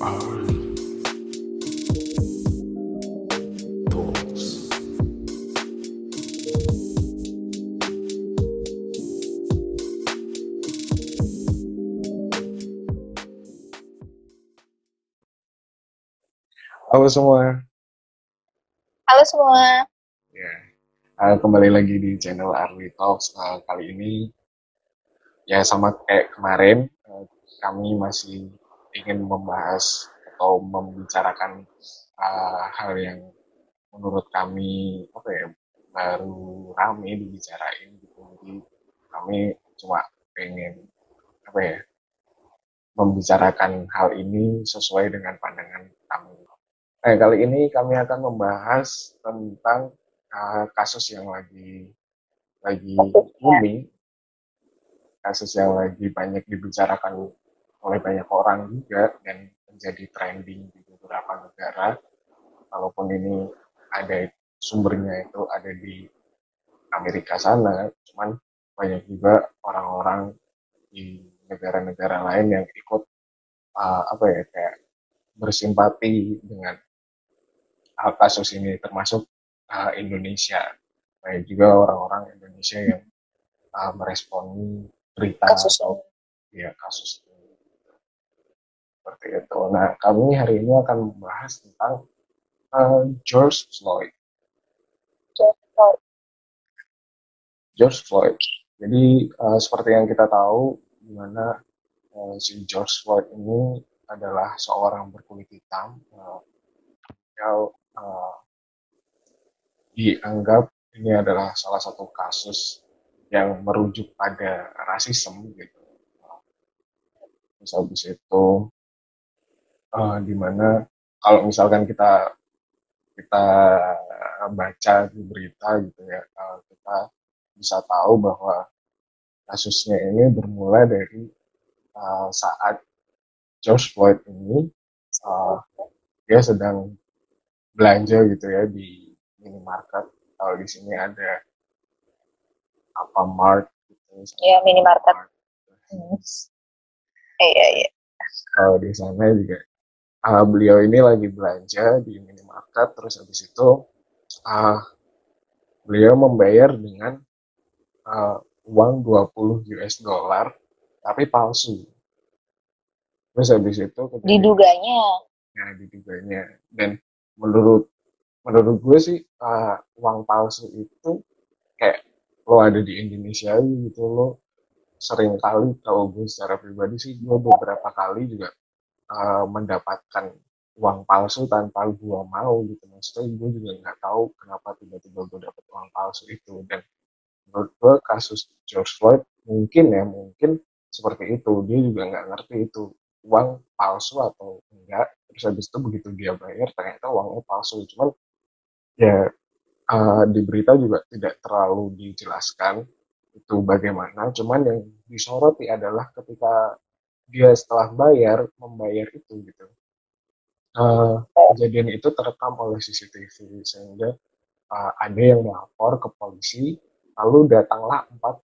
Early thoughts. Halo semua, Halo semua. ya kembali lagi di channel Early Talks. Kali ini ya sama kayak kemarin, kami masih ingin membahas atau membicarakan hal yang menurut kami apa ya baru rame dibicarain gitu. Jadi kami cuma pengen apa ya membicarakan hal ini sesuai dengan pandangan kami. Kali ini kami akan membahas tentang kasus yang lagi Topiknya booming, kasus yang lagi banyak dibicarakan oleh banyak orang juga dan menjadi trending di beberapa negara. Walaupun ini ada sumbernya itu ada di Amerika sana, cuman banyak juga orang-orang di negara-negara lain yang ikut apa ya kayak bersimpati dengan kasus ini, termasuk Indonesia. Banyak juga orang-orang Indonesia yang meresponi berita kasus atau ini. ya kasus ini seperti itu. Nah, kami hari ini akan membahas tentang George Floyd. Contoh, George Floyd. Jadi seperti yang kita tahu, di mana si George Floyd ini adalah seorang berkulit hitam yang dianggap ini adalah salah satu kasus yang merujuk pada rasisme gitu. Terus habis itu di mana kalau misalkan kita kita baca di berita gitu ya, kita bisa tahu bahwa kasusnya ini bermula dari saat George Floyd ini uh, dia sedang belanja gitu ya di minimarket. Kalau di sini ada Alfamart gitu, ya minimarket. Alfamart. Hmm. Iya, iya. Kalau di sana juga beliau ini lagi belanja di minimarket, terus habis itu uh, beliau membayar dengan uh, uang 20 US dollar tapi palsu. Terus habis itu kejadian Diduganya. diduganya, dan menurut menurut gue sih uang palsu itu kayak lo ada di Indonesia gitu, lo sering kali, kalau gue secara pribadi sih gue beberapa kali juga mendapatkan uang palsu tanpa gue mau gitu. Maksudnya gue juga nggak tahu kenapa tiba-tiba gue dapet uang palsu itu. Dan menurut gue kasus George Floyd mungkin seperti itu, dia juga nggak ngerti itu uang palsu atau enggak. Terus habis itu begitu dia bayar ternyata uangnya palsu. Cuman ya di berita juga tidak terlalu dijelaskan itu bagaimana. Cuman yang disoroti adalah ketika dia setelah membayar itu gitu. Kejadian itu terekam oleh CCTV sehingga ada yang melapor ke polisi, lalu datanglah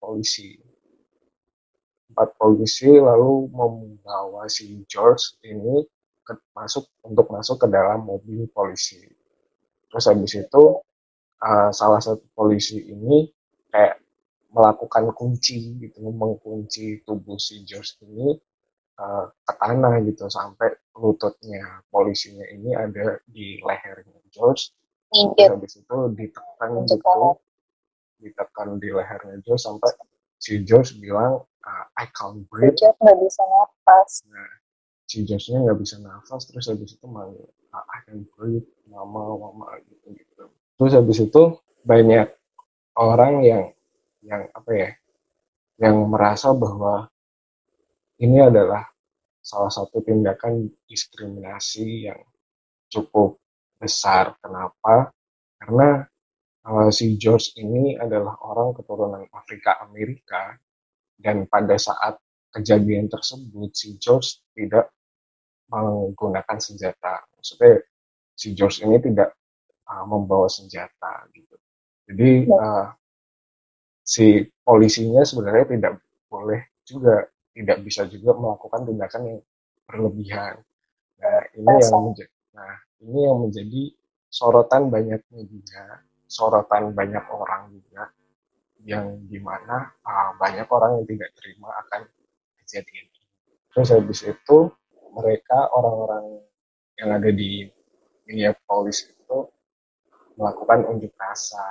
empat polisi lalu membawa si George ini masuk ke dalam mobil polisi. Terus habis itu salah satu polisi ini kayak melakukan kunci gitu, mengkunci tubuh si George ini ke tanah gitu sampai lututnya polisinya ini ada di lehernya George. Terus Nginjek. habis itu ditekan Nginjek gitu, leher. ditekan di lehernya George sampai si George bilang I can't breathe. Nginjek nggak bisa nafas. Nah, si George-nya nggak bisa nafas, terus habis itu manggil I can't breathe, mama mama gitu gitu. Terus habis itu banyak orang yang apa ya, yang merasa bahwa ini adalah salah satu tindakan diskriminasi yang cukup besar. Kenapa? Karena si George ini adalah orang keturunan Afrika Amerika, dan pada saat kejadian tersebut si George tidak menggunakan senjata. Maksudnya si George ini tidak membawa senjata gitu. Jadi si polisinya sebenarnya tidak bisa juga melakukan tindakan yang berlebihan. Nah, ini yang menjadi sorotan banyak media, sorotan banyak orang juga, yang dimana banyak orang yang tidak terima akan kejadian ini. Terus habis itu mereka orang-orang yang ada di Minneapolis itu melakukan unjuk rasa.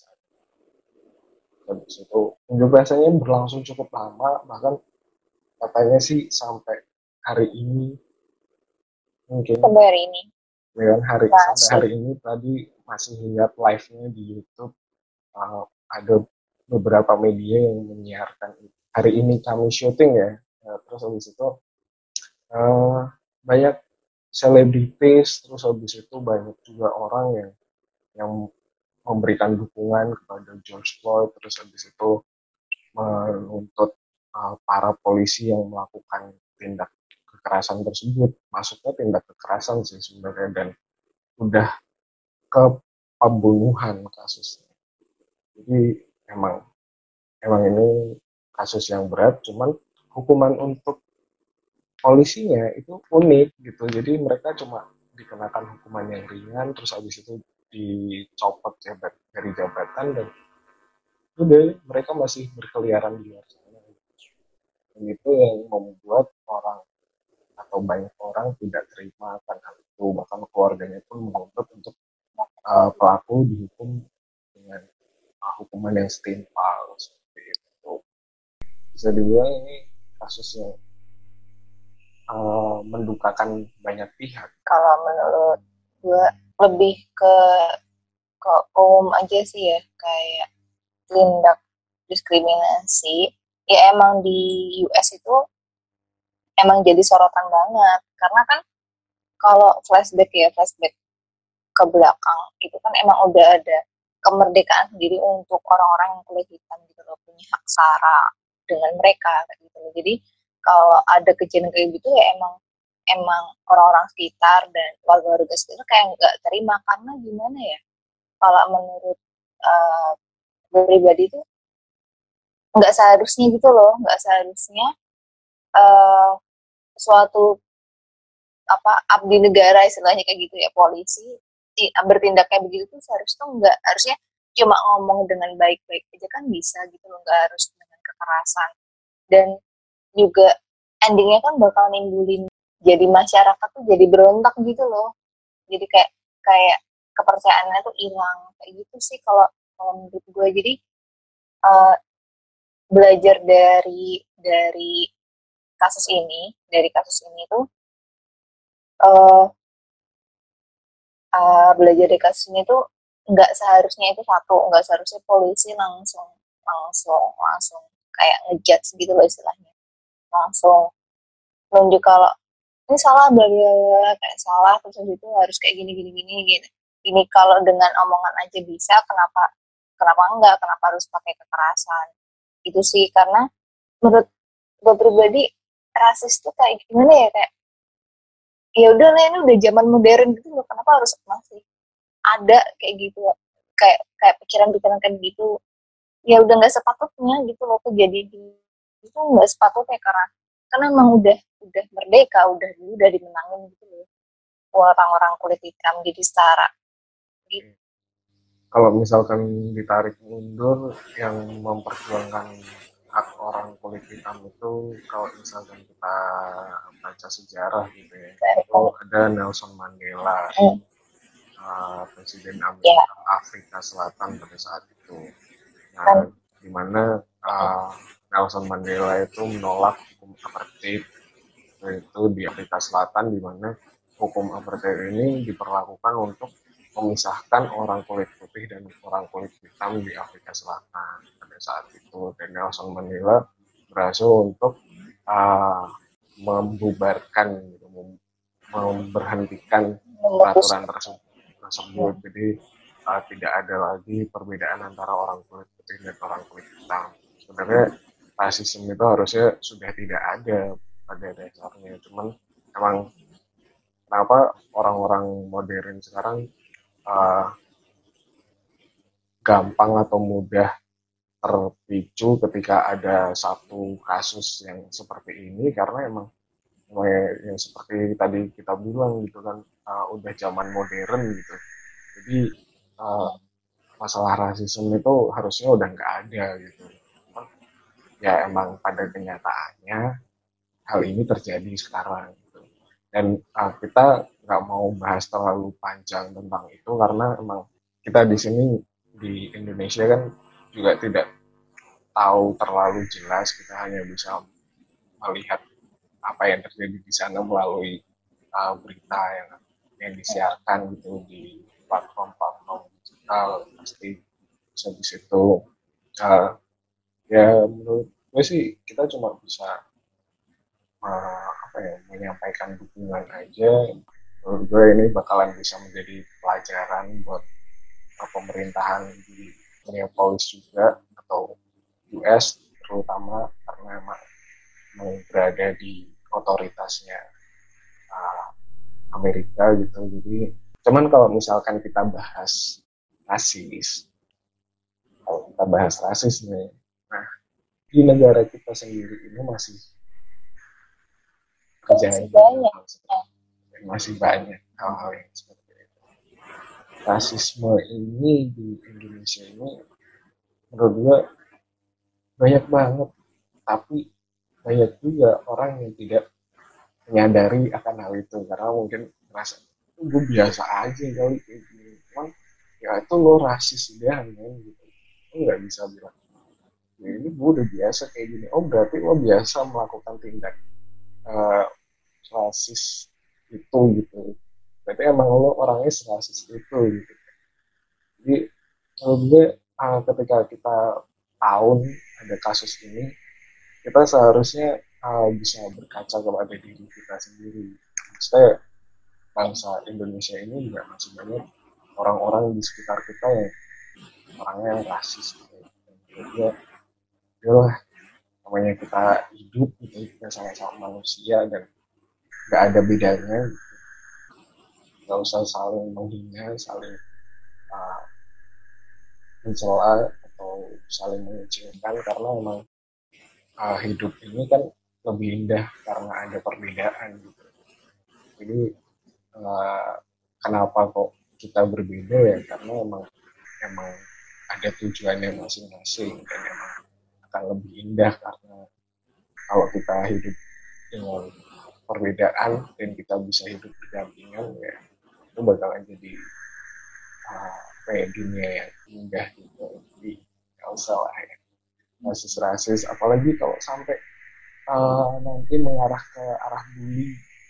Habis itu unjuk rasanya berlangsung cukup lama, bahkan katanya sih sampai hari ini mungkin. Sampai hari ini Dan sampai hari masih. ini tadi masih lihat live-nya di YouTube, ada beberapa media yang menyiarkan hari ini kami syuting ya. Terus habis itu uh, banyak selebritis, terus habis itu banyak juga orang yang memberikan dukungan kepada George Floyd, terus habis itu menuntut para polisi yang melakukan tindak kekerasan tersebut. Maksudnya tindak kekerasan sih sebenarnya, dan udah ke pembunuhan kasusnya. Jadi emang ini kasus yang berat, cuman hukuman untuk polisinya itu unik gitu. Jadi mereka cuma dikenakan hukuman yang ringan, terus habis itu dicopot dari jabatan, dan udah mereka masih berkeliaran di luar sana. Dan itu yang membuat orang atau banyak orang tidak terima akan hal itu. Bahkan keluarganya pun menuntut untuk pelaku dihukum dengan hukuman yang setimpal seperti itu. Bisa dibilang ini kasus yang mendukakan banyak pihak. Kalau menurut gue lebih ke umum aja sih ya, kayak tindak diskriminasi ya emang di US itu emang jadi sorotan banget, karena kan kalau flashback ke belakang itu kan emang udah ada kemerdekaan sendiri untuk orang-orang yang kulit hitam gitu loh, punya hak sara dengan mereka kayak gitu loh. Jadi kalau ada kejadian kayak gitu ya emang orang-orang sekitar dan warga-warga sekitar kayak nggak terima, karena gimana ya, kalau menurut uh, pribadi itu nggak seharusnya gitu loh, nggak seharusnya uh, suatu apa abdi negara istilahnya kayak gitu ya, polisi bertindak kayak begitu tuh seharusnya nggak, harusnya cuma ngomong dengan baik-baik aja kan bisa gitu loh, nggak harus dengan kekerasan. Dan juga endingnya kan bakal nimbulin jadi masyarakat tuh jadi berontak gitu loh, jadi kayak kayak kepercayaannya tuh hilang kayak gitu sih kalau kalau menurut gue. Jadi uh, belajar dari kasus ini tuh uh, belajar dari kasus ini tuh nggak seharusnya polisi langsung langsung kayak ngejudge gitu loh istilahnya, langsung nunjuk kalau ini salah bla bla bla, kayak salah terus itu harus kayak gini gini gini gitu. Ini kalau dengan omongan aja bisa, kenapa kenapa enggak, kenapa harus pakai kekerasan? Itu sih, karena menurut gue pribadi rasis tuh kayak gimana ya, kayak ya udah lah ini udah zaman modern gitu loh, kenapa harus masih ada kayak gitu, kayak kayak pikiran-pikiran kayak gitu, ya udah nggak sepatutnya gitu loh kejadian itu, nggak sepatutnya, karena emang udah merdeka, udah dimenangin gitu loh, orang-orang kulit hitam jadi setara gitu. Kalau misalkan ditarik mundur, yang memperjuangkan hak orang kulit hitam itu, kalau misalkan kita baca sejarah gitu ya, itu ada Nelson Mandela, Presiden Afrika Selatan pada saat itu. Nah, di mana Nelson Mandela itu menolak hukum apartheid itu di Afrika Selatan, di mana hukum apartheid ini diperlakukan untuk memisahkan orang kulit putih dan orang kulit hitam di Afrika Selatan pada saat itu. Dan Nelson Mandela berhasil untuk membubarkan, memberhentikan peraturan tersebut. Jadi tidak ada lagi perbedaan antara orang kulit putih dan orang kulit hitam. Sebenarnya rasisme itu harusnya sudah tidak ada pada dasarnya, cuman emang kenapa orang-orang modern sekarang gampang atau mudah terpicu ketika ada satu kasus yang seperti ini, karena emang yang seperti tadi kita bilang gitu kan, udah zaman modern gitu. Jadi uh, masalah rasisme itu harusnya udah nggak ada gitu. Ya emang pada kenyataannya hal ini terjadi sekarang gitu. Dan kita nggak mau bahas terlalu panjang tentang itu karena emang kita di sini di Indonesia kan juga tidak tahu terlalu jelas, kita hanya bisa melihat apa yang terjadi di sana melalui berita yang disiarkan gitu di platform-platform digital. Pasti bisa di situ uh, ya menurut gue sih kita cuma bisa apa ya, menyampaikan dukungan aja. Menurut gue ini bakalan bisa menjadi pelajaran buat pemerintahan di Minneapolis juga atau US terutama karena emang berada di otoritasnya uh, Amerika gitu. Jadi cuman kalau misalkan kita bahas rasis, kalau kita bahas rasis nih, nah di negara kita sendiri ini masih Masih terjadi banyak. masih banyak hal-hal yang seperti itu. Rasisme ini di Indonesia ini menurut gue banyak banget, tapi banyak juga orang yang tidak menyadari akan hal itu karena mungkin merasa gue biasa aja kali kayak gini, cuman ya itu lo rasis udah men gitu, lo nggak bisa bilang ya ini gue udah biasa kayak gini, oh berarti lo biasa melakukan tindak uh, rasis itu gitu, berarti emang lo orangnya rasis itu gitu. Jadi menurut gue ketika kita tahu ada kasus ini, kita seharusnya bisa berkaca kepada diri kita sendiri. Maksudnya bangsa Indonesia ini juga masih banyak orang-orang di sekitar kita yang orangnya yang rasis gitu. Jadi ya lah, namanya kita hidup gitu, kita sama-sama manusia dan nggak ada bedanya gitu. Nggak usah saling menghina, saling uh, mencela atau saling mengecilkan karena memang hidup ini kan lebih indah karena ada perbedaan gitu. Jadi uh, kenapa kok kita berbeda ya karena emang ada tujuannya masing-masing dan emang akan lebih indah karena kalau kita hidup dengan perbedaan dan kita bisa hidup berdampingan ya itu bakalan jadi kayak dunia yang indah gitu. Jadi nggak usah lah ya rasis-rasis, apalagi kalau sampai nanti mengarah ke arah bully.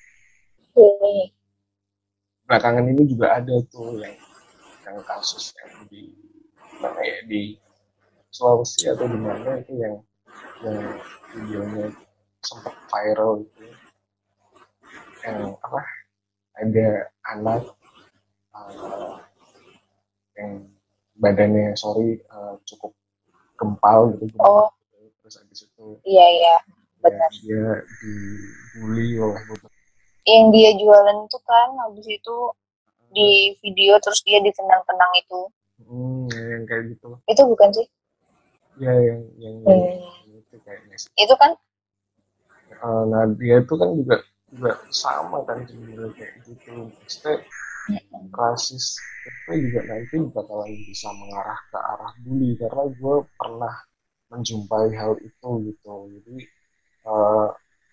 Belakangan ini juga ada tuh yang kasus yang di Sulawesi atau di mana itu yang videonya sempat viral gitu, yang apa ada anak uh, yang badannya cukup gempal gitu, Oh, terus habis itu iya ya, benar. dia dibully oleh beberapa Yang dia jualan itu kan habis itu di video terus dia ditendang-tendang itu. yang kayak gitu. Itu bukan sih? Ya yang itu kayaknya sih. Itu kan Nah dia itu kan juga sama kan sebenarnya kayak gitu. Maksudnya rasis itu juga nanti bakalan bisa mengarah ke arah bully karena gue pernah menjumpai hal itu gitu. Jadi uh,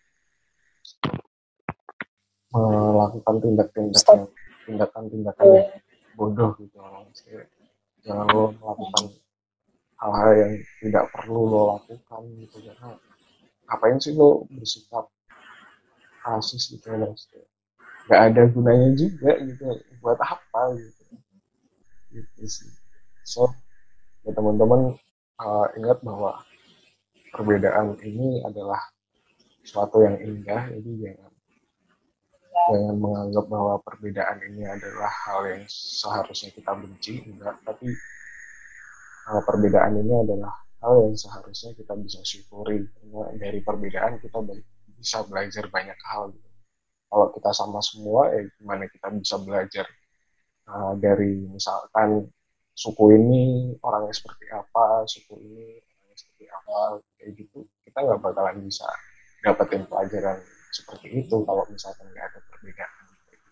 melakukan tindakan-tindakan yang bodoh gitu. Maksudnya, jangan lo melakukan hal-hal yang tidak perlu lo lakukan gitu karena ngapain sih lo bersikap rasis gitu maksudnya nggak ada gunanya juga gitu, buat apa gitu sih. So ya teman-teman ingat bahwa perbedaan ini adalah sesuatu yang indah, jadi jangan menganggap bahwa perbedaan ini adalah hal yang seharusnya kita benci, enggak, tapi perbedaan ini adalah hal yang seharusnya kita bisa syukuri karena dari perbedaan kita bisa belajar banyak hal gitu. Kalau kita sama semua ya gimana kita bisa belajar dari misalkan suku ini orangnya seperti apa, suku ini orangnya seperti apa, kayak gitu kita nggak bakalan bisa dapetin pelajaran seperti itu kalau misalkan nggak ada perbedaan.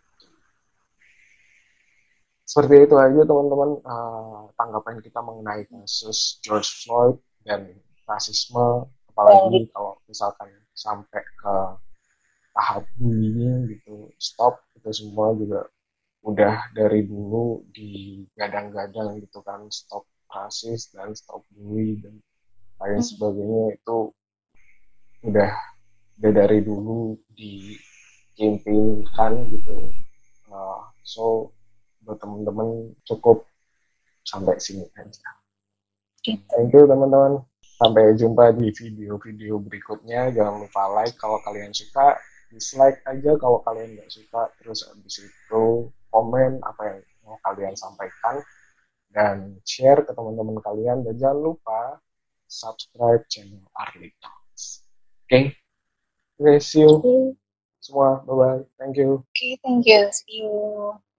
Seperti itu aja teman-teman, tanggapan kita mengenai kasus George Floyd dan rasisme, apalagi kalau misalkan sampai ke tahap bullying gitu, stop, itu semua juga udah dari dulu digadang-gadang gitu kan, stop rasis dan stop bully dan lain sebagainya, itu udah dari dulu di campaign gitu. So buat teman-teman cukup sampai sini aja. Thank you teman-teman. Sampai jumpa di video-video berikutnya. Jangan lupa like kalau kalian suka, dislike aja kalau kalian nggak suka. Terus abis itu komen apa yang mau kalian sampaikan dan share ke teman-teman kalian. Dan jangan lupa subscribe channel Arli Talks. Oke, see you semua. Bye bye. Thank you. Okay, thank you. See you.